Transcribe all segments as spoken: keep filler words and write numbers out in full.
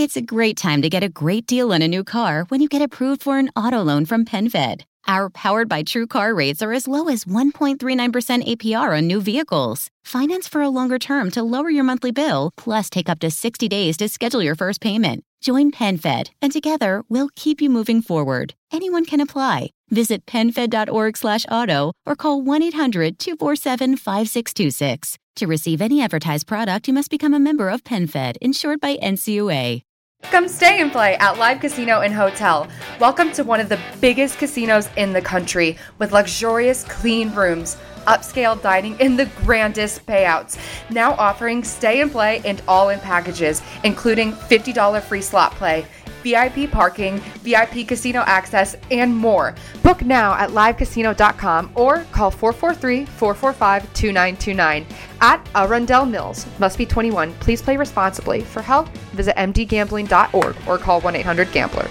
It's a great time to get a great deal on a new car when you get approved for an auto loan from PenFed. Our Powered by True car rates are as low as one point three nine percent A P R on new vehicles. Finance for a longer term to lower your monthly bill, plus take up to sixty days to schedule your first payment. Join PenFed, and together we'll keep you moving forward. Anyone can apply. Visit PenFed.org slash auto or call one eight hundred two four seven five six two six. To receive any advertised product, you must become a member of PenFed, insured by N C U A. Come stay and play at Live Casino and Hotel. Welcome to one of the biggest casinos in the country with luxurious, clean rooms, upscale dining, and the grandest payouts. Now offering stay and play and all-in packages, including fifty dollars free slot play, V I P parking, V I P casino access, and more. Book now at live casino dot com or call four four three, four four five, two nine two nine. At Arundel Mills. Must be twenty-one. Please play responsibly. For help, visit m d gambling dot org or call one eight hundred gambler.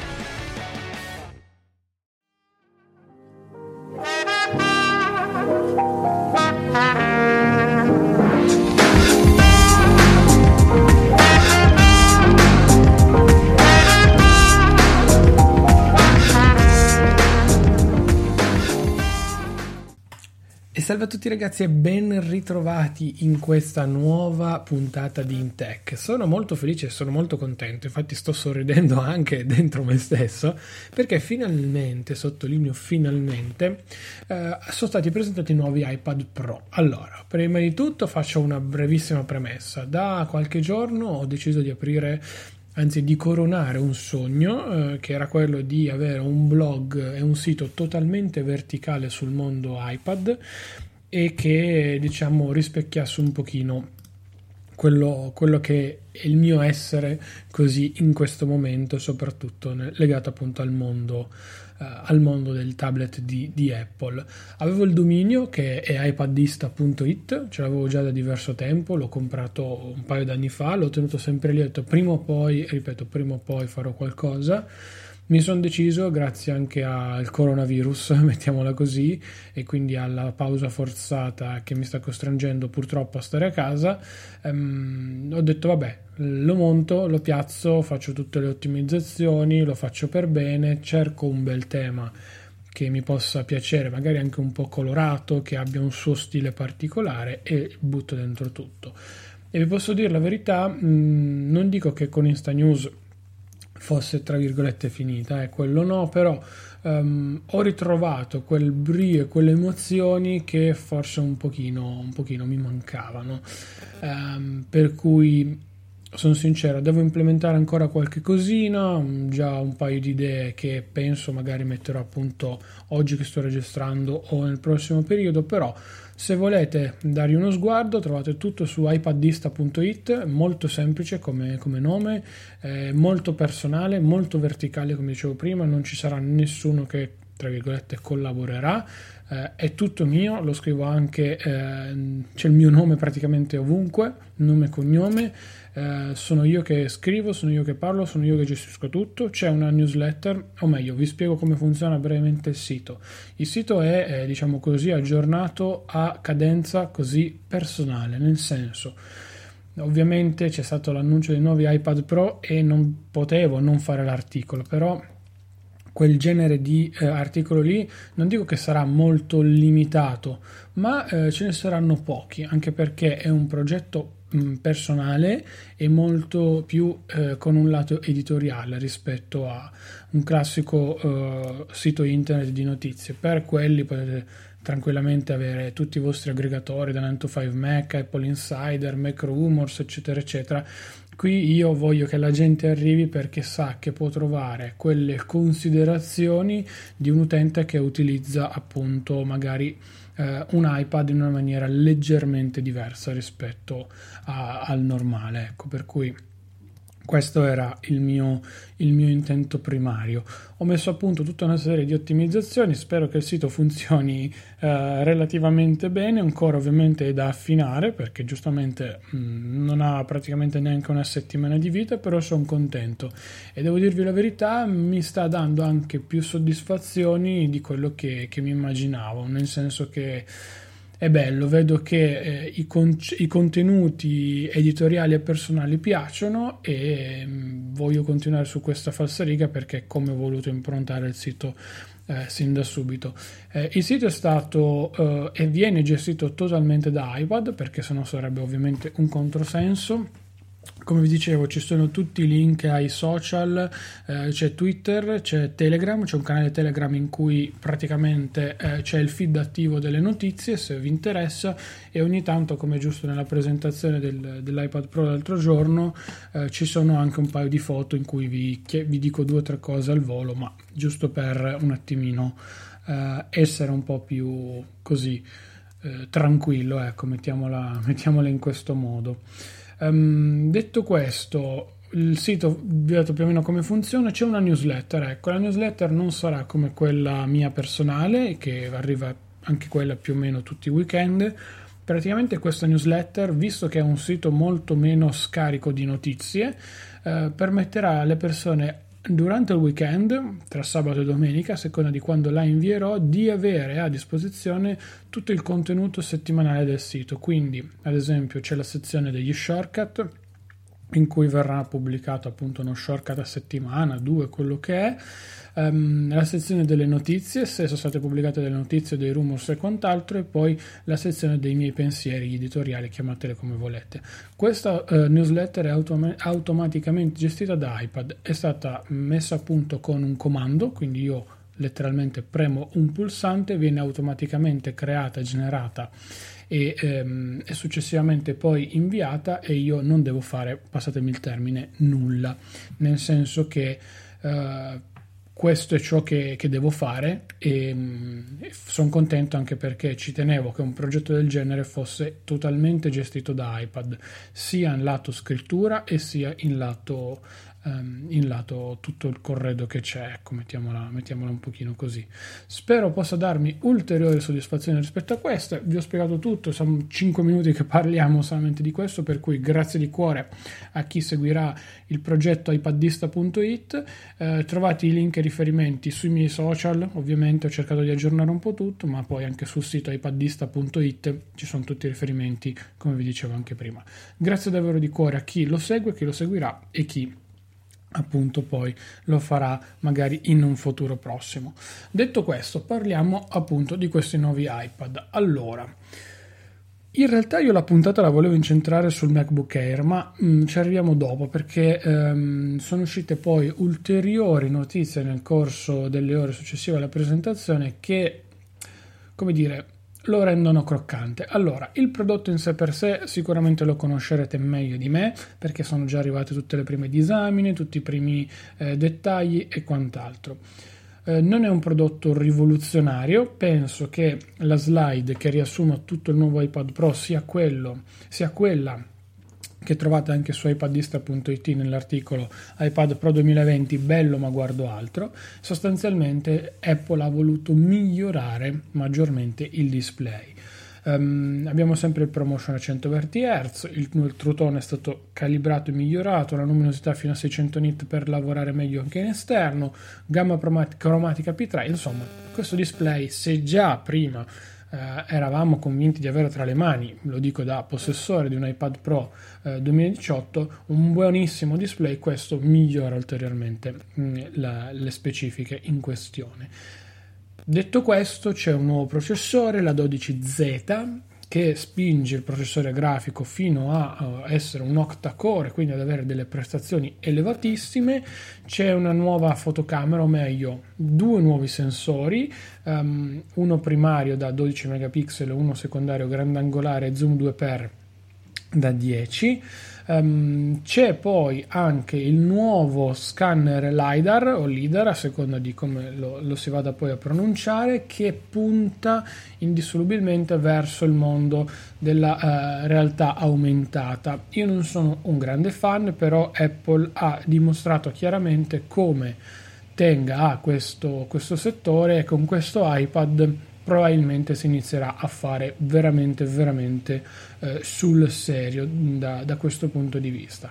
E salve a tutti ragazzi e ben ritrovati in questa nuova puntata di InTech. Sono molto felice e sono molto contento, infatti sto sorridendo anche dentro me stesso, perché finalmente, sottolineo finalmente, eh, sono stati presentati i nuovi iPad Pro. Allora, prima di tutto faccio una brevissima premessa. Da qualche giorno ho deciso di aprire, anzi di coronare un sogno, eh, che era quello di avere un blog e un sito totalmente verticale sul mondo iPad e che, diciamo, rispecchiasse un pochino quello, quello che è il mio essere così in questo momento, soprattutto nel, legato appunto al mondo Uh, al mondo del tablet di, di Apple. Avevo il dominio che è iPadista punto it, ce l'avevo già da diverso tempo, l'ho comprato un paio d'anni fa, l'ho tenuto sempre lì, ho detto prima o poi, ripeto, prima o poi farò qualcosa. Mi sono deciso, grazie anche al coronavirus, mettiamola così, e quindi alla pausa forzata che mi sta costringendo purtroppo a stare a casa, ehm, ho detto vabbè, lo monto, lo piazzo, faccio tutte le ottimizzazioni, lo faccio per bene, cerco un bel tema che mi possa piacere, magari anche un po' colorato, che abbia un suo stile particolare, e butto dentro tutto. E vi posso dire la verità, mh, non dico che con Instanews fosse tra virgolette finita, eh, quello no, però um, ho ritrovato quel brio e quelle emozioni che forse un pochino, un pochino mi mancavano, um, per cui sono sincero, devo implementare ancora qualche cosina, già un paio di idee che penso magari metterò appunto oggi che sto registrando o nel prossimo periodo, però se volete dargli uno sguardo trovate tutto su iPadista punto it, molto semplice come, come nome, eh, molto personale, molto verticale come dicevo prima, non ci sarà nessuno che tra virgolette collaborerà, eh, è tutto mio, lo scrivo anche, eh, c'è il mio nome praticamente ovunque, nome e cognome, eh, sono io che scrivo, sono io che parlo, sono io che gestisco tutto. C'è una newsletter, o meglio vi spiego come funziona brevemente il sito. Il sito è eh, diciamo così aggiornato a cadenza così personale, nel senso, ovviamente c'è stato l'annuncio dei nuovi iPad Pro e non potevo non fare l'articolo, però quel genere di eh, articolo lì non dico che sarà molto limitato, ma eh, ce ne saranno pochi, anche perché è un progetto mh, personale e molto più eh, con un lato editoriale rispetto a un classico eh, sito internet di notizie. Per quelli potete tranquillamente avere tutti i vostri aggregatori da nine to five Mac, Apple Insider, Mac Rumors, eccetera eccetera. Qui io voglio che la gente arrivi perché sa che può trovare quelle considerazioni di un utente che utilizza appunto magari eh, un iPad in una maniera leggermente diversa rispetto a, al normale, ecco, per cui questo era il mio, il mio intento primario. Ho messo a punto tutta una serie di ottimizzazioni, spero che il sito funzioni eh, relativamente bene, ancora ovviamente è da affinare perché giustamente mh, non ha praticamente neanche una settimana di vita, però sono contento e devo dirvi la verità, mi sta dando anche più soddisfazioni di quello che, che mi immaginavo, nel senso che è bello, vedo che eh, i, con- i contenuti editoriali e personali piacciono e mh, voglio continuare su questa falsariga perché è come ho voluto improntare il sito eh, sin da subito. Eh, il sito è stato eh, e viene gestito totalmente da iPad, perché sennò sarebbe ovviamente un controsenso. Come vi dicevo, ci sono tutti i link ai social, eh, c'è Twitter, c'è Telegram, c'è un canale Telegram in cui praticamente eh, c'è il feed attivo delle notizie se vi interessa, e ogni tanto, come giusto nella presentazione del, dell'iPad Pro l'altro giorno, eh, ci sono anche un paio di foto in cui vi, vi dico due o tre cose al volo, ma giusto per un attimino eh, essere un po' più così eh, tranquillo, ecco, mettiamola, mettiamola in questo modo. Um, detto questo, il sito vi ho detto più o meno come funziona. C'è una newsletter, ecco, la newsletter non sarà come quella mia personale, che arriva anche quella più o meno tutti i weekend. Praticamente questa newsletter, visto che è un sito molto meno scarico di notizie, eh, permetterà alle persone durante il weekend, tra sabato e domenica, a seconda di quando la invierò, di avere a disposizione tutto il contenuto settimanale del sito. Quindi, ad esempio, c'è la sezione degli shortcut, in cui verrà pubblicato appunto uno shortcut a settimana, due, quello che è. Um, la sezione delle notizie, se sono state pubblicate delle notizie, dei rumors e quant'altro, e poi la sezione dei miei pensieri, gli editoriali, chiamatele come volete. Questa uh, newsletter è autom- automaticamente gestita da iPad, è stata messa a punto con un comando, quindi io letteralmente premo un pulsante, viene automaticamente creata, generata e, ehm, e successivamente poi inviata, e io non devo fare, passatemi il termine, nulla, nel senso che uh, questo è ciò che, che devo fare, e, e sono contento anche perché ci tenevo che un progetto del genere fosse totalmente gestito da iPad, sia in lato scrittura e sia in lato, um, in lato tutto il corredo che c'è, ecco, mettiamola, mettiamola un pochino così. Spero possa darmi ulteriore soddisfazione rispetto a questa. Vi ho spiegato tutto, sono cinque minuti che parliamo solamente di questo, per cui grazie di cuore a chi seguirà il progetto iPadista punto it. Eh, trovate i link e riferimenti sui miei social, ovviamente ho cercato di aggiornare un po' tutto, ma poi anche sul sito iPadista punto it ci sono tutti i riferimenti, come vi dicevo anche prima. Grazie davvero di cuore a chi lo segue, chi lo seguirà e chi appunto poi lo farà magari in un futuro prossimo. Detto questo, parliamo appunto di questi nuovi iPad. Allora, in realtà io la puntata la volevo incentrare sul MacBook Air, ma mh, ci arriviamo dopo, perché ehm, sono uscite poi ulteriori notizie nel corso delle ore successive alla presentazione che, come dire, lo rendono croccante. Allora, il prodotto in sé per sé sicuramente lo conoscerete meglio di me, perché sono già arrivate tutte le prime disamine, tutti i primi eh, dettagli e quant'altro. Eh, non è un prodotto rivoluzionario, penso che la slide che riassuma tutto il nuovo iPad Pro sia quello, sia quella che trovate anche su iPadista punto it nell'articolo iPad Pro duemilaventi, bello ma guardo altro. Sostanzialmente Apple ha voluto migliorare maggiormente il display. Um, abbiamo sempre il ProMotion a centoventi hertz, il, il True Tone è stato calibrato e migliorato, la luminosità fino a seicento nit per lavorare meglio anche in esterno, gamma cromatica P tre. Insomma, questo display, se già prima eh, eravamo convinti di avere tra le mani, lo dico da possessore di un iPad Pro eh, duemiladiciotto, un buonissimo display, questo migliora ulteriormente mh, la, le specifiche in questione. Detto questo, c'è un nuovo processore, la dodici Z, che spinge il processore grafico fino a uh, essere un octa-core, quindi ad avere delle prestazioni elevatissime. C'è una nuova fotocamera, o meglio, due nuovi sensori, um, uno primario da dodici megapixel e uno secondario grandangolare zoom due x da dieci. Um, c'è poi anche il nuovo scanner LiDAR o LiDAR, a seconda di come lo, lo si vada poi a pronunciare, che punta indissolubilmente verso il mondo della uh, realtà aumentata. Io non sono un grande fan, però Apple ha dimostrato chiaramente come tenga a questo, questo settore, e con questo iPad probabilmente si inizierà a fare veramente veramente eh, sul serio da, da questo punto di vista.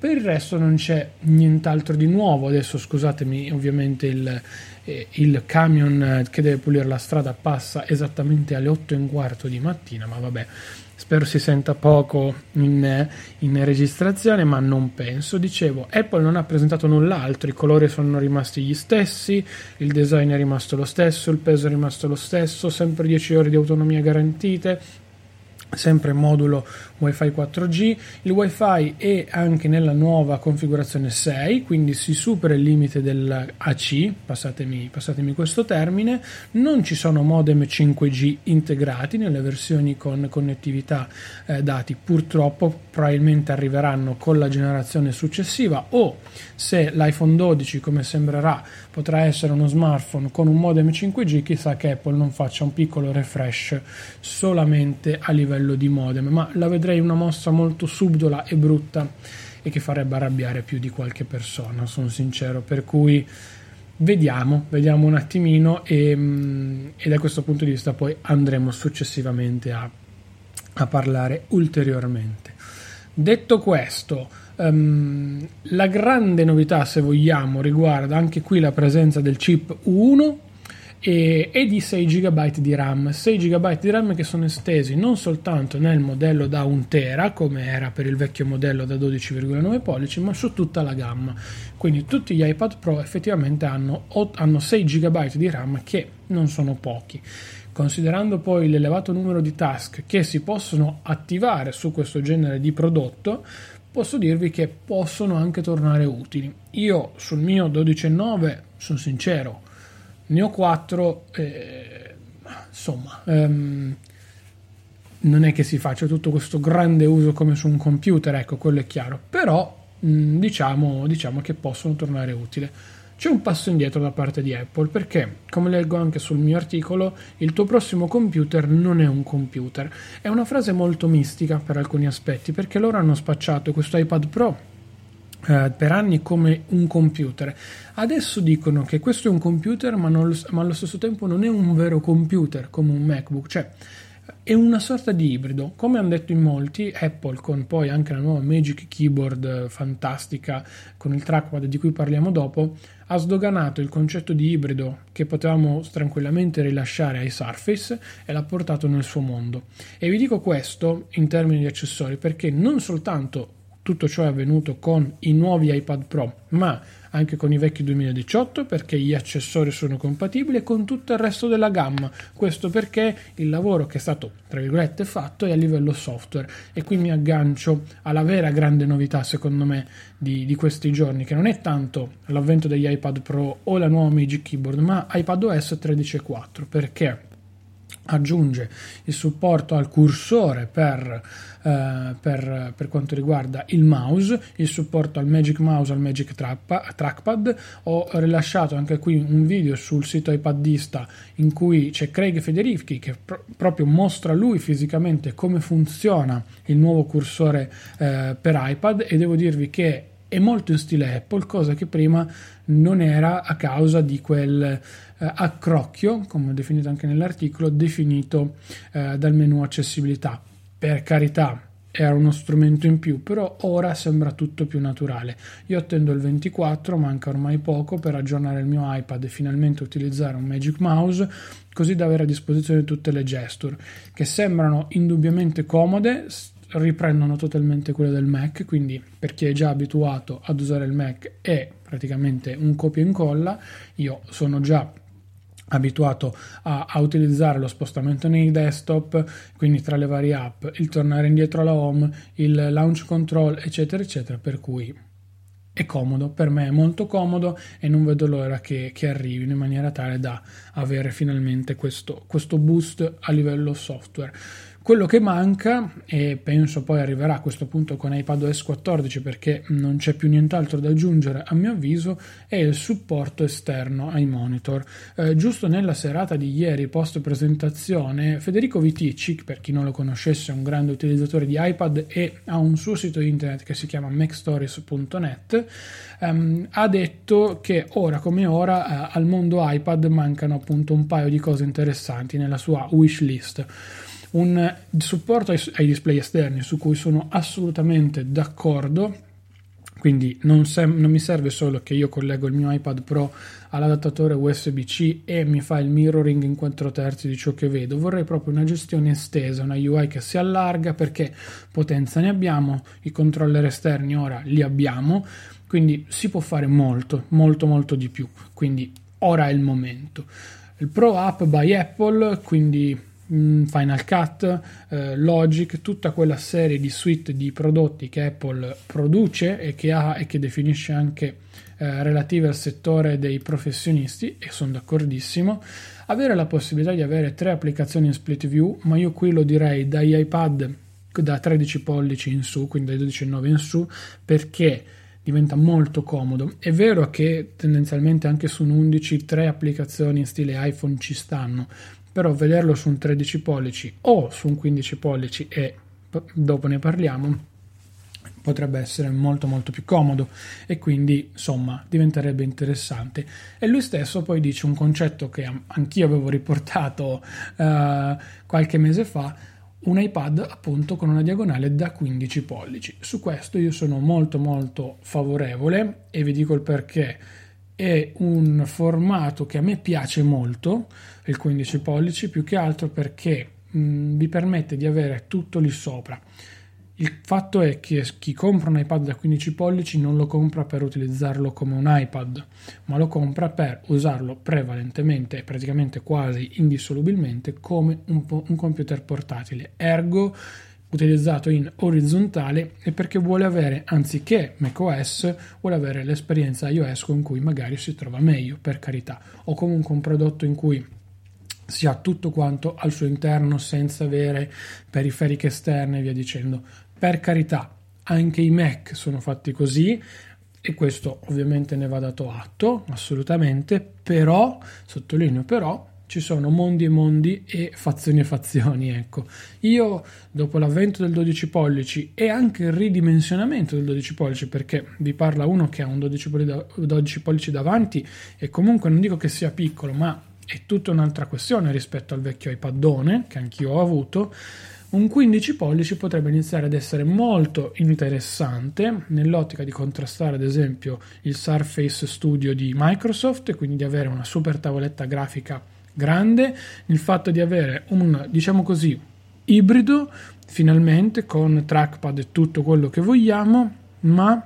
Per il resto non c'è nient'altro di nuovo. Adesso scusatemi, ovviamente il, eh, il camion che deve pulire la strada passa esattamente alle otto e un quarto di mattina, ma vabbè, spero si senta poco in, in registrazione, ma non penso. Dicevo, Apple non ha presentato null'altro, i colori sono rimasti gli stessi, il design è rimasto lo stesso, il peso è rimasto lo stesso, sempre dieci ore di autonomia garantite, sempre modulo Wi-Fi quattro G, il Wi-Fi è anche nella nuova configurazione sei, quindi si supera il limite dell'A C, passatemi, passatemi questo termine, non ci sono modem cinque G integrati nelle versioni con connettività eh, dati, purtroppo probabilmente arriveranno con la generazione successiva, o se l'iPhone dodici, come sembrerà, potrà essere uno smartphone con un modem cinque G, chissà che Apple non faccia un piccolo refresh solamente a livello di modem, ma la vedrei una mossa molto subdola e brutta e che farebbe arrabbiare più di qualche persona, sono sincero, per cui vediamo, vediamo un attimino e, e da questo punto di vista poi andremo successivamente a, a parlare ulteriormente. Detto questo, um, la grande novità, se vogliamo, riguarda anche qui la presenza del chip U uno e, e di sei giga di RAM, sei giga di RAM che sono estesi non soltanto nel modello da un tera, come era per il vecchio modello da dodici virgola nove pollici, ma su tutta la gamma. Quindi tutti gli iPad Pro effettivamente hanno, hanno sei giga di RAM, che non sono pochi. Considerando poi l'elevato numero di task che si possono attivare su questo genere di prodotto, posso dirvi che possono anche tornare utili. Io sul mio dodici virgola nove, sono sincero, ne ho quattro, eh, insomma, ehm, non è che si faccia tutto questo grande uso come su un computer, ecco, quello è chiaro, però mh, diciamo, diciamo che possono tornare utili. C'è un passo indietro da parte di Apple, perché, come leggo anche sul mio articolo, il tuo prossimo computer non è un computer. È una frase molto mistica per alcuni aspetti, perché loro hanno spacciato questo iPad Pro Uh, per anni come un computer. Adesso dicono che questo è un computer, ma, non, ma allo stesso tempo non è un vero computer come un MacBook, cioè è una sorta di ibrido. Come hanno detto in molti, Apple, con poi anche la nuova Magic Keyboard fantastica con il trackpad di cui parliamo dopo, ha sdoganato il concetto di ibrido che potevamo tranquillamente rilasciare ai Surface e l'ha portato nel suo mondo. E vi dico questo in termini di accessori, perché non soltanto tutto ciò è avvenuto con i nuovi iPad Pro, ma anche con i vecchi duemiladiciotto, perché gli accessori sono compatibili, e con tutto il resto della gamma. Questo perché il lavoro che è stato, tra virgolette, fatto è a livello software. E qui mi aggancio alla vera grande novità, secondo me, di, di questi giorni, che non è tanto l'avvento degli iPad Pro o la nuova Magic Keyboard, ma iPadOS tredici punto quattro, perché aggiunge il supporto al cursore per, eh, per, per quanto riguarda il mouse, il supporto al Magic Mouse, al Magic Trackpad. Ho rilasciato anche qui un video sul sito iPadista in cui c'è Craig Federici che pro- proprio mostra lui fisicamente come funziona il nuovo cursore eh, per iPad, e devo dirvi che è molto in stile Apple, cosa che prima non era a causa di quel eh, accrocchio, come ho definito anche nell'articolo, definito eh, dal menu accessibilità. Per carità, era uno strumento in più, però ora sembra tutto più naturale. Io attendo il ventiquattro, manca ormai poco per aggiornare il mio iPad e finalmente utilizzare un Magic Mouse, così da avere a disposizione tutte le gesture, che sembrano indubbiamente comode, riprendono totalmente quelle del Mac, quindi per chi è già abituato ad usare il Mac è praticamente un copia e incolla. Io sono già abituato a, a utilizzare lo spostamento nei desktop, quindi tra le varie app, il tornare indietro alla home, il launch control, eccetera eccetera, per cui è comodo, per me è molto comodo, e non vedo l'ora che, che arrivino in maniera tale da avere finalmente questo, questo boost a livello software. Quello che manca, e penso poi arriverà a questo punto con iPadOS quattordici, perché non c'è più nient'altro da aggiungere a mio avviso, è il supporto esterno ai monitor. Eh, giusto nella serata di ieri, post presentazione, Federico Viticci, per chi non lo conoscesse, è un grande utilizzatore di iPad e ha un suo sito internet che si chiama mac stories punto net, ehm, ha detto che ora come ora eh, al mondo iPad mancano appunto un paio di cose interessanti nella sua wish list. Un supporto ai, ai display esterni, su cui sono assolutamente d'accordo, quindi non, sem- non mi serve solo che io collego il mio iPad Pro all'adattatore U S B C e mi fa il mirroring in quattro terzi di ciò che vedo. Vorrei proprio una gestione estesa, una U I che si allarga, perché potenza ne abbiamo, i controller esterni ora li abbiamo, quindi si può fare molto, molto, molto di più. Quindi ora è il momento. Il Pro App by Apple, quindi mh, Final Cut, eh, Logic, tutta quella serie di suite di prodotti che Apple produce e che ha e che definisce anche eh, relative al settore dei professionisti, e sono d'accordissimo. Avere la possibilità di avere tre applicazioni in split view, ma io qui lo direi dagli iPad da tredici pollici in su, quindi dai dodici virgola nove in su, perché diventa molto comodo. È vero che tendenzialmente anche su un undici tre applicazioni in stile iPhone ci stanno, però vederlo su un tredici pollici o su un quindici pollici, e dopo ne parliamo, potrebbe essere molto molto più comodo, e quindi insomma diventerebbe interessante. E lui stesso poi dice un concetto che anch'io avevo riportato uh, qualche mese fa: un iPad appunto con una diagonale da quindici pollici. Su questo io sono molto molto favorevole, e vi dico il perché. È un formato che a me piace molto, il quindici pollici, più che altro perché mh, vi permette di avere tutto lì sopra. Il fatto è che chi compra un iPad da quindici pollici non lo compra per utilizzarlo come un iPad, ma lo compra per usarlo prevalentemente e praticamente quasi indissolubilmente come un, po- un computer portatile, ergo utilizzato in orizzontale, e perché vuole avere, anziché macOS, vuole avere l'esperienza iOS con cui magari si trova meglio, per carità, o comunque un prodotto in cui si ha tutto quanto al suo interno senza avere periferiche esterne e via dicendo. Per carità, anche i Mac sono fatti così, e questo ovviamente ne va dato atto, assolutamente, però, sottolineo però, ci sono mondi e mondi e fazioni e fazioni, ecco. Io, dopo l'avvento del dodici pollici e anche il ridimensionamento del dodici pollici, perché vi parla uno che ha un dodici pollici davanti, e comunque non dico che sia piccolo, ma è tutta un'altra questione rispetto al vecchio iPadone che anch'io ho avuto. Un quindici pollici potrebbe iniziare ad essere molto interessante nell'ottica di contrastare ad esempio il Surface Studio di Microsoft, e quindi di avere una super tavoletta grafica grande, il fatto di avere un, diciamo così, ibrido finalmente con trackpad e tutto quello che vogliamo, ma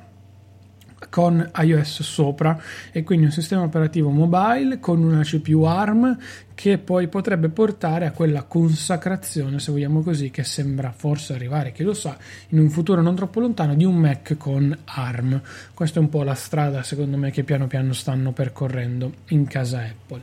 con iOS sopra, e quindi un sistema operativo mobile con una C P U ARM che poi potrebbe portare a quella consacrazione, se vogliamo così, che sembra forse arrivare, chi lo sa, in un futuro non troppo lontano, di un Mac con ARM. Questa è un po' la strada, secondo me, che piano piano stanno percorrendo in casa Apple.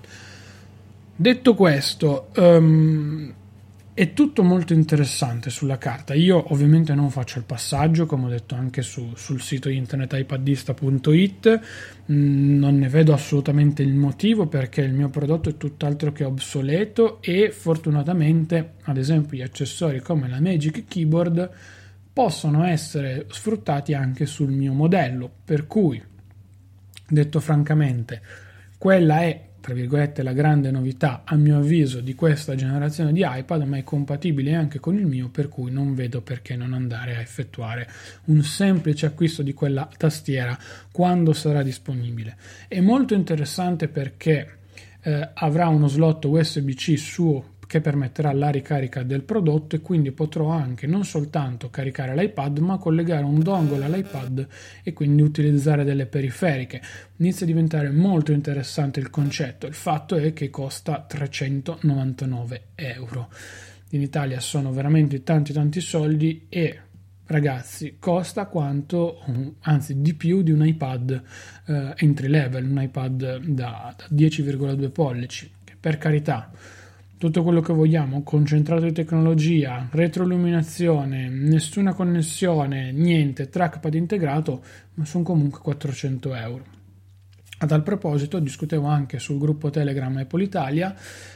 Detto questo, um, è tutto molto interessante sulla carta. Io ovviamente non faccio il passaggio, come ho detto anche su, sul sito internet iPadista punto it, mm, non ne vedo assolutamente il motivo, perché il mio prodotto è tutt'altro che obsoleto, e fortunatamente ad esempio gli accessori come la Magic Keyboard possono essere sfruttati anche sul mio modello, per cui, detto francamente, quella è tra virgolette la grande novità a mio avviso di questa generazione di iPad, ma è compatibile anche con il mio, per cui non vedo perché non andare a effettuare un semplice acquisto di quella tastiera quando sarà disponibile. È molto interessante perché eh, avrà uno slot U S B C suo che permetterà la ricarica del prodotto, e quindi potrò anche non soltanto caricare l'iPad, ma collegare un dongle all'iPad e quindi utilizzare delle periferiche. Inizia a diventare molto interessante il concetto. Il fatto è che costa trecentonovantanove euro. In Italia sono veramente tanti tanti soldi, e ragazzi, costa quanto, anzi di più di un iPad eh, entry level, un iPad da, da dieci virgola due pollici, che per carità, tutto quello che vogliamo, concentrato di tecnologia, retroilluminazione, nessuna connessione, niente, trackpad integrato, ma sono comunque quattrocento euro. A tal proposito discutevo anche sul gruppo Telegram Apple Italia,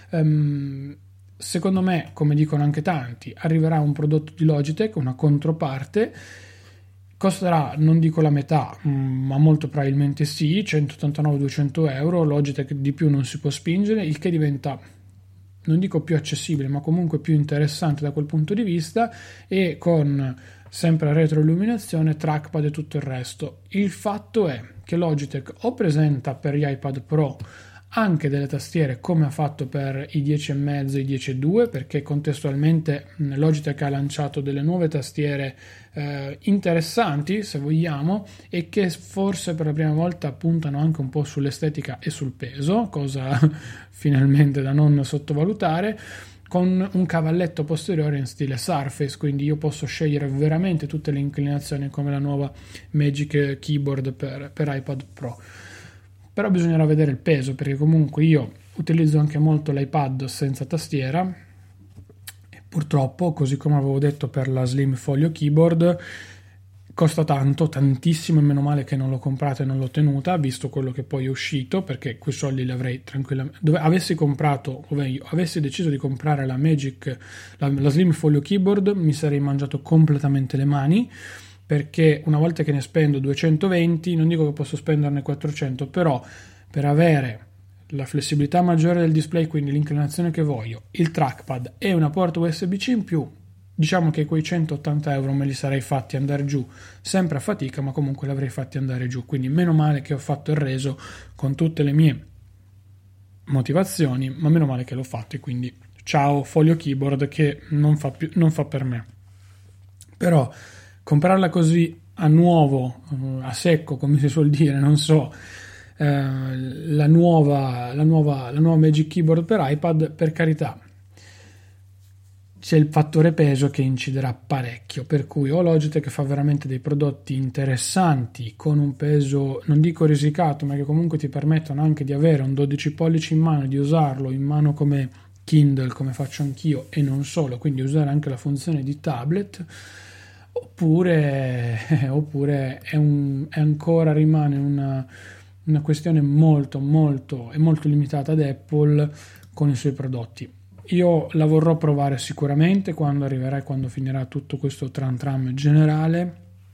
ehm, secondo me, come dicono anche tanti, arriverà un prodotto di Logitech, una controparte, costerà, non dico la metà, ma molto probabilmente sì, centottantanove duecento euro, Logitech di più non si può spingere, il che diventa, non dico più accessibile, ma comunque più interessante da quel punto di vista, e con sempre retroilluminazione, trackpad e tutto il resto. Il fatto è che Logitech o presenta per gli iPad Pro anche delle tastiere come ha fatto per i dieci e mezzo e i dieci e due, perché contestualmente Logitech ha lanciato delle nuove tastiere eh, interessanti, se vogliamo, e che forse per la prima volta puntano anche un po' sull'estetica e sul peso, cosa finalmente da non sottovalutare, con un cavalletto posteriore in stile Surface, quindi io posso scegliere veramente tutte le inclinazioni come la nuova Magic Keyboard per, per iPad Pro. Però bisognerà vedere il peso, perché comunque io utilizzo anche molto l'iPad senza tastiera e purtroppo, così come avevo detto per la Slim Folio Keyboard, costa tanto, tantissimo, e meno male che non l'ho comprata e non l'ho tenuta, visto quello che poi è uscito, perché quei soldi li avrei tranquillamente... Dove avessi comprato, o meglio, avessi deciso di comprare la Magic, la, la Slim Folio Keyboard, mi sarei mangiato completamente le mani, perché una volta che ne spendo duecentoventi, non dico che posso spenderne quattrocento, però per avere la flessibilità maggiore del display, quindi l'inclinazione che voglio, il trackpad e una porta U S B C in più, diciamo che quei centottanta euro me li sarei fatti andare giù, sempre a fatica, ma comunque li avrei fatti andare giù. Quindi meno male che ho fatto il reso con tutte le mie motivazioni, ma meno male che l'ho fatto, e quindi ciao Folio Keyboard che non fa più, non fa per me. Però comprarla così a nuovo, a secco, come si suol dire, non so, eh, la nuova, la nuova, la nuova Magic Keyboard per iPad, per carità, c'è il fattore peso che inciderà parecchio, per cui o Logitech fa veramente dei prodotti interessanti con un peso, non dico risicato, ma che comunque ti permettono anche di avere un dodici pollici in mano, di usarlo in mano come Kindle, come faccio anch'io, e non solo, quindi usare anche la funzione di tablet. Oppure, oppure è, un, è ancora rimane una, una questione molto molto e molto limitata ad Apple con i suoi prodotti. Io la vorrò provare sicuramente quando arriverà e quando finirà tutto questo tram tram generale,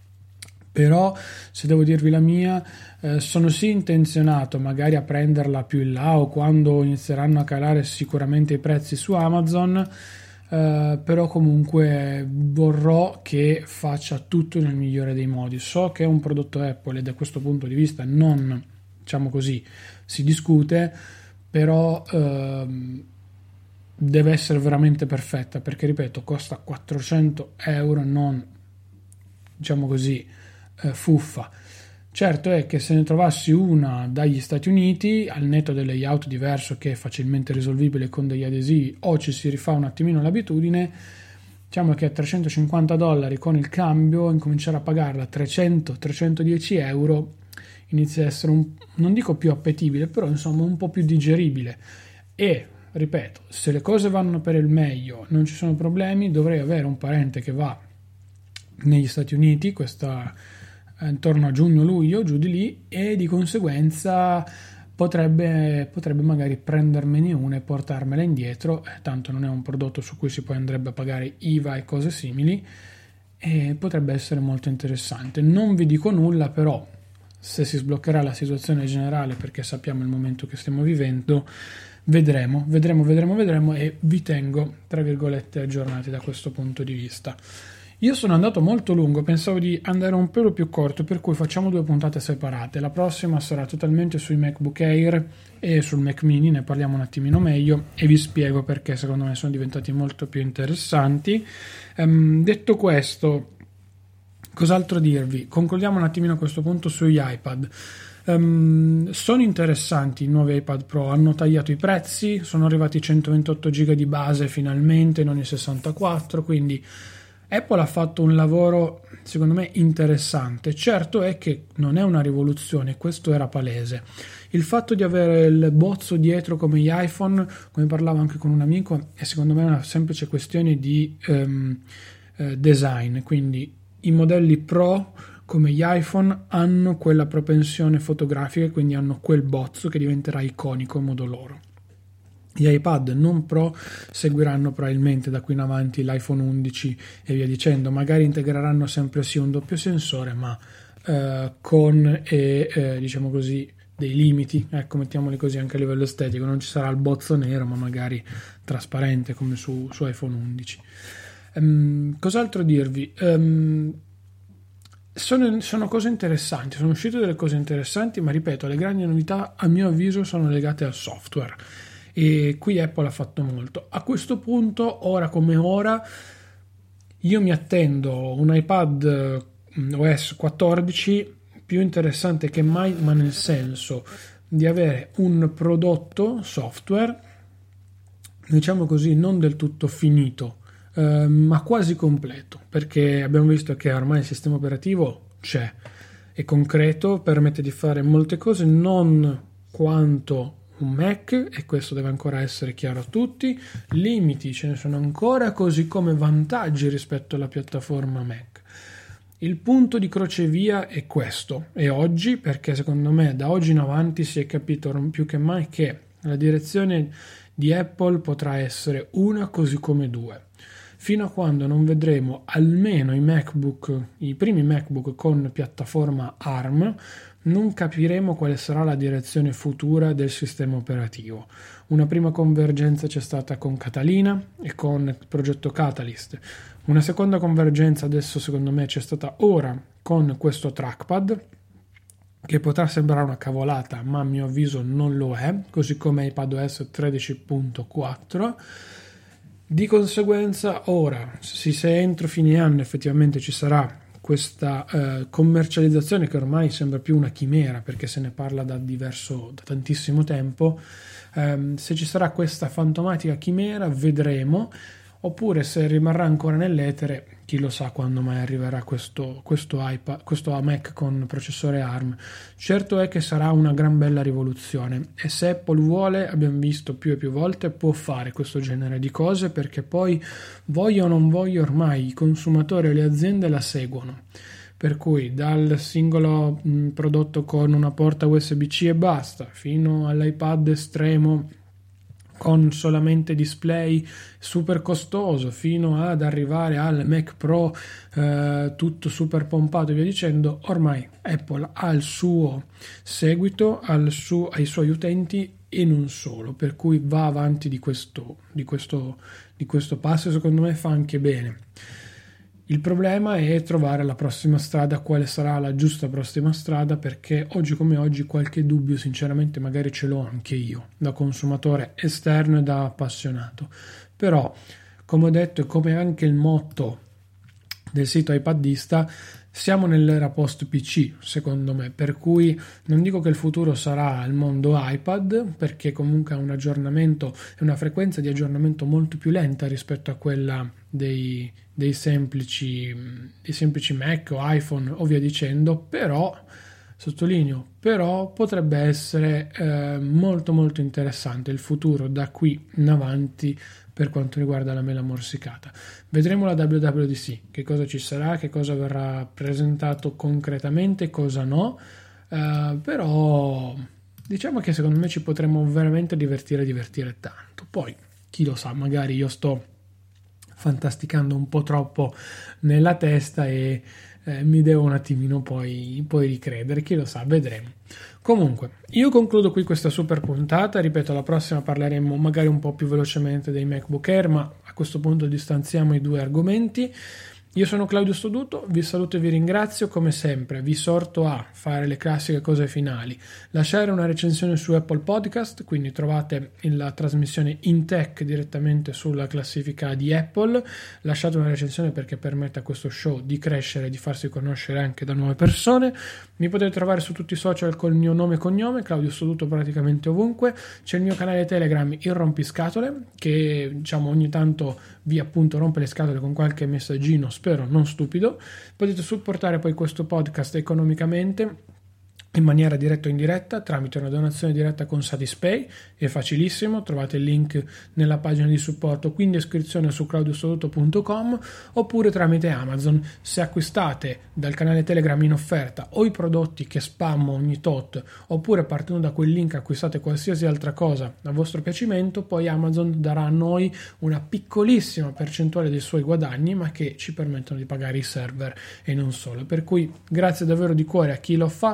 però se devo dirvi la mia, eh, sono sì intenzionato magari a prenderla più in là o quando inizieranno a calare sicuramente i prezzi su Amazon. Uh, però comunque vorrò che faccia tutto nel migliore dei modi. So che è un prodotto Apple e da questo punto di vista non, diciamo così, si discute, però uh, deve essere veramente perfetta, perché ripeto, costa quattrocento euro, non, diciamo così, uh, fuffa. Certo è che se ne trovassi una dagli Stati Uniti, al netto del layout diverso che è facilmente risolvibile con degli adesivi, o ci si rifà un attimino l'abitudine, diciamo che a trecentocinquanta dollari con il cambio, incominciare a pagarla trecento trecentodieci euro inizia a essere, un, non dico più appetibile, però insomma un po' più digeribile. E, ripeto, se le cose vanno per il meglio, non ci sono problemi, dovrei avere un parente che va negli Stati Uniti, questa... intorno a giugno-luglio, giù di lì, e di conseguenza potrebbe, potrebbe magari prendermene una e portarmela indietro, eh, tanto non è un prodotto su cui si poi andrebbe a pagare I V A e cose simili, e potrebbe essere molto interessante. Non vi dico nulla, però se si sbloccherà la situazione generale, perché sappiamo il momento che stiamo vivendo, vedremo, vedremo, vedremo, vedremo e vi tengo, tra virgolette, aggiornati da questo punto di vista. Io sono andato molto lungo, pensavo di andare un pelo più corto, per cui facciamo due puntate separate. La prossima sarà totalmente sui MacBook Air e sul Mac Mini, ne parliamo un attimino meglio e vi spiego perché secondo me sono diventati molto più interessanti. Um, detto questo, cos'altro dirvi? Concludiamo un attimino a questo punto sugli iPad. Um, sono interessanti i nuovi iPad Pro, hanno tagliato i prezzi, sono arrivati centoventotto giga di base finalmente, non i sessantaquattro, quindi Apple ha fatto un lavoro secondo me interessante. Certo è che non è una rivoluzione, questo era palese. Il fatto di avere il bozzo dietro come gli iPhone, come parlavo anche con un amico, è secondo me una semplice questione di um, eh, design, quindi i modelli Pro come gli iPhone hanno quella propensione fotografica e quindi hanno quel bozzo che diventerà iconico a modo loro. Gli iPad non Pro seguiranno probabilmente da qui in avanti l'iPhone undici e via dicendo, magari integreranno sempre sì un doppio sensore, ma eh, con eh, eh, diciamo così dei limiti, ecco, mettiamoli così anche a livello estetico, non ci sarà il bozzo nero ma magari trasparente come su, su iPhone undici. Um, cos'altro dirvi? Um, sono, sono cose interessanti, sono uscite delle cose interessanti, ma ripeto, le grandi novità a mio avviso sono legate al software e qui Apple ha fatto molto. A questo punto, ora come ora, io mi attendo un iPad O S quattordici più interessante che mai, ma nel senso di avere un prodotto software, diciamo così, non del tutto finito, eh, ma quasi completo, perché abbiamo visto che ormai il sistema operativo c'è, è concreto, permette di fare molte cose, non quanto un Mac, e questo deve ancora essere chiaro a tutti. Limiti ce ne sono ancora, così come vantaggi rispetto alla piattaforma Mac. Il punto di crocevia è questo, e oggi, perché secondo me da oggi in avanti si è capito più che mai che la direzione di Apple potrà essere una così come due. Fino a quando non vedremo almeno i MacBook, i primi MacBook con piattaforma ARM, non capiremo quale sarà la direzione futura del sistema operativo. Una prima convergenza c'è stata con Catalina e con il progetto Catalyst. Una seconda convergenza adesso secondo me c'è stata ora con questo trackpad, che potrà sembrare una cavolata, ma a mio avviso non lo è, così come iPadOS tredici punto quattro. Di conseguenza ora, se entro fine anno effettivamente ci sarà questa eh, commercializzazione, che ormai sembra più una chimera perché se ne parla da diverso, da tantissimo tempo, ehm, se ci sarà questa fantomatica chimera vedremo, oppure se rimarrà ancora nell'etere, chi lo sa quando mai arriverà questo, questo iPad, questo Mac con processore ARM. Certo è che sarà una gran bella rivoluzione, e se Apple vuole, abbiamo visto più e più volte, può fare questo genere di cose, perché poi, voglio o non voglio, ormai i consumatori e le aziende la seguono. Per cui dal singolo mh, prodotto con una porta U S B C e basta, fino all'iPad estremo con solamente display super costoso, fino ad arrivare al Mac Pro eh, tutto super pompato e via dicendo, ormai Apple ha il suo seguito, al suo, ai suoi utenti e non solo, per cui va avanti di questo, di questo, di questo passo, e secondo me fa anche bene. Il problema è trovare la prossima strada, quale sarà la giusta prossima strada, perché oggi come oggi qualche dubbio sinceramente magari ce l'ho anche io, da consumatore esterno e da appassionato. Però, come ho detto e come anche il motto del sito iPadista, siamo nell'era post P C secondo me, per cui non dico che il futuro sarà il mondo iPad, perché comunque ha un aggiornamento e una frequenza di aggiornamento molto più lenta rispetto a quella dei, dei semplici dei semplici Mac o iPhone o via dicendo, però sottolineo però potrebbe essere eh, molto molto interessante il futuro da qui in avanti per quanto riguarda la mela morsicata. Vedremo la W W D C, che cosa ci sarà, che cosa verrà presentato concretamente, cosa no, uh, però diciamo che secondo me ci potremmo veramente divertire divertire tanto. Poi chi lo sa, magari io sto fantasticando un po' troppo nella testa e eh, mi devo un attimino poi, poi ricredere, chi lo sa, vedremo. Comunque, io concludo qui questa super puntata, ripeto, la prossima parleremo magari un po' più velocemente dei MacBook Air, ma a questo punto distanziamo i due argomenti. Io sono Claudio Stoduto, vi saluto e vi ringrazio, come sempre vi esorto a fare le classiche cose finali, lasciare una recensione su Apple Podcast, quindi trovate la trasmissione In Tech direttamente sulla classifica di Apple, lasciate una recensione perché permette a questo show di crescere e di farsi conoscere anche da nuove persone. Mi potete trovare su tutti i social col mio nome e cognome, Claudio Stoduto praticamente ovunque. C'è il mio canale Telegram, il Rompiscatole, che diciamo ogni tanto vi appunto rompe le scatole con qualche messaggino, spero non stupido. Potete supportare poi questo podcast economicamente in maniera diretta o indiretta tramite una donazione diretta con Satispay, è facilissimo, trovate il link nella pagina di supporto, quindi iscrizione su claudio stoduto punto com, oppure tramite Amazon. Se acquistate dal canale Telegram in offerta o i prodotti che spammo ogni tot, oppure partendo da quel link acquistate qualsiasi altra cosa a vostro piacimento, poi Amazon darà a noi una piccolissima percentuale dei suoi guadagni, ma che ci permettono di pagare i server e non solo. Per cui grazie davvero di cuore a chi l'ho fatto, chi l'ho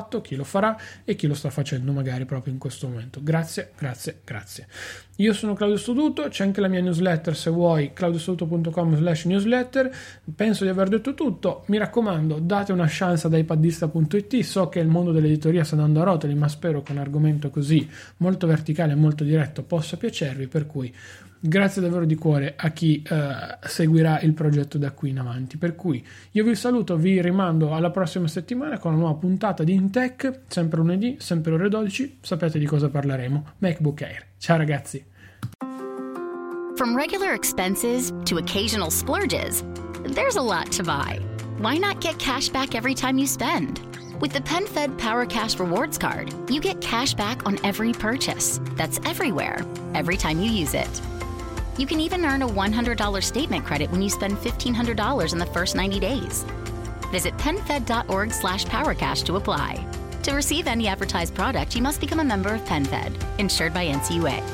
farà e chi lo sta facendo magari proprio in questo momento. Grazie, grazie, grazie. Io sono Claudio Stoduto, c'è anche la mia newsletter se vuoi, claudiostoduto punto com slash newsletter. Penso di aver detto tutto, mi raccomando date una chance ad iPadista punto it, so che il mondo dell'editoria sta andando a rotoli, ma spero che un argomento così molto verticale e molto diretto possa piacervi, per cui grazie davvero di cuore a chi uh, seguirà il progetto da qui in avanti. Per cui io vi saluto, vi rimando alla prossima settimana con una nuova puntata di In Tech, sempre lunedì, sempre ore dodici, sapete di cosa parleremo, MacBook Air. Ciao ragazzi. From regular expenses to occasional splurges, there's a lot to buy. Why not get cash back every time you spend? With the PenFed Power Cash Rewards Card, you get cash back on every purchase. That's everywhere, every time you use it. You can even earn a one hundred dollars statement credit when you spend fifteen hundred dollars in the first ninety days. Visit penfed.org slash powercash to apply. To receive any advertised product, you must become a member of PenFed, insured by N C U A.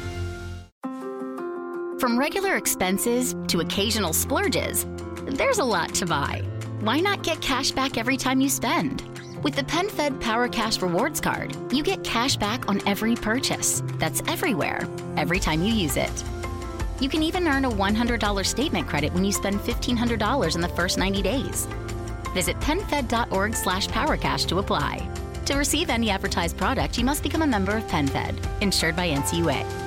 From regular expenses to occasional splurges, there's a lot to buy. Why not get cash back every time you spend? With the PenFed Power Cash Rewards Card, you get cash back on every purchase. That's everywhere, every time you use it. You can even earn a one hundred dollars statement credit when you spend fifteen hundred dollars in the first ninety days. Visit penfed.org slash powercash to apply. To receive any advertised product, you must become a member of PenFed, insured by N C U A.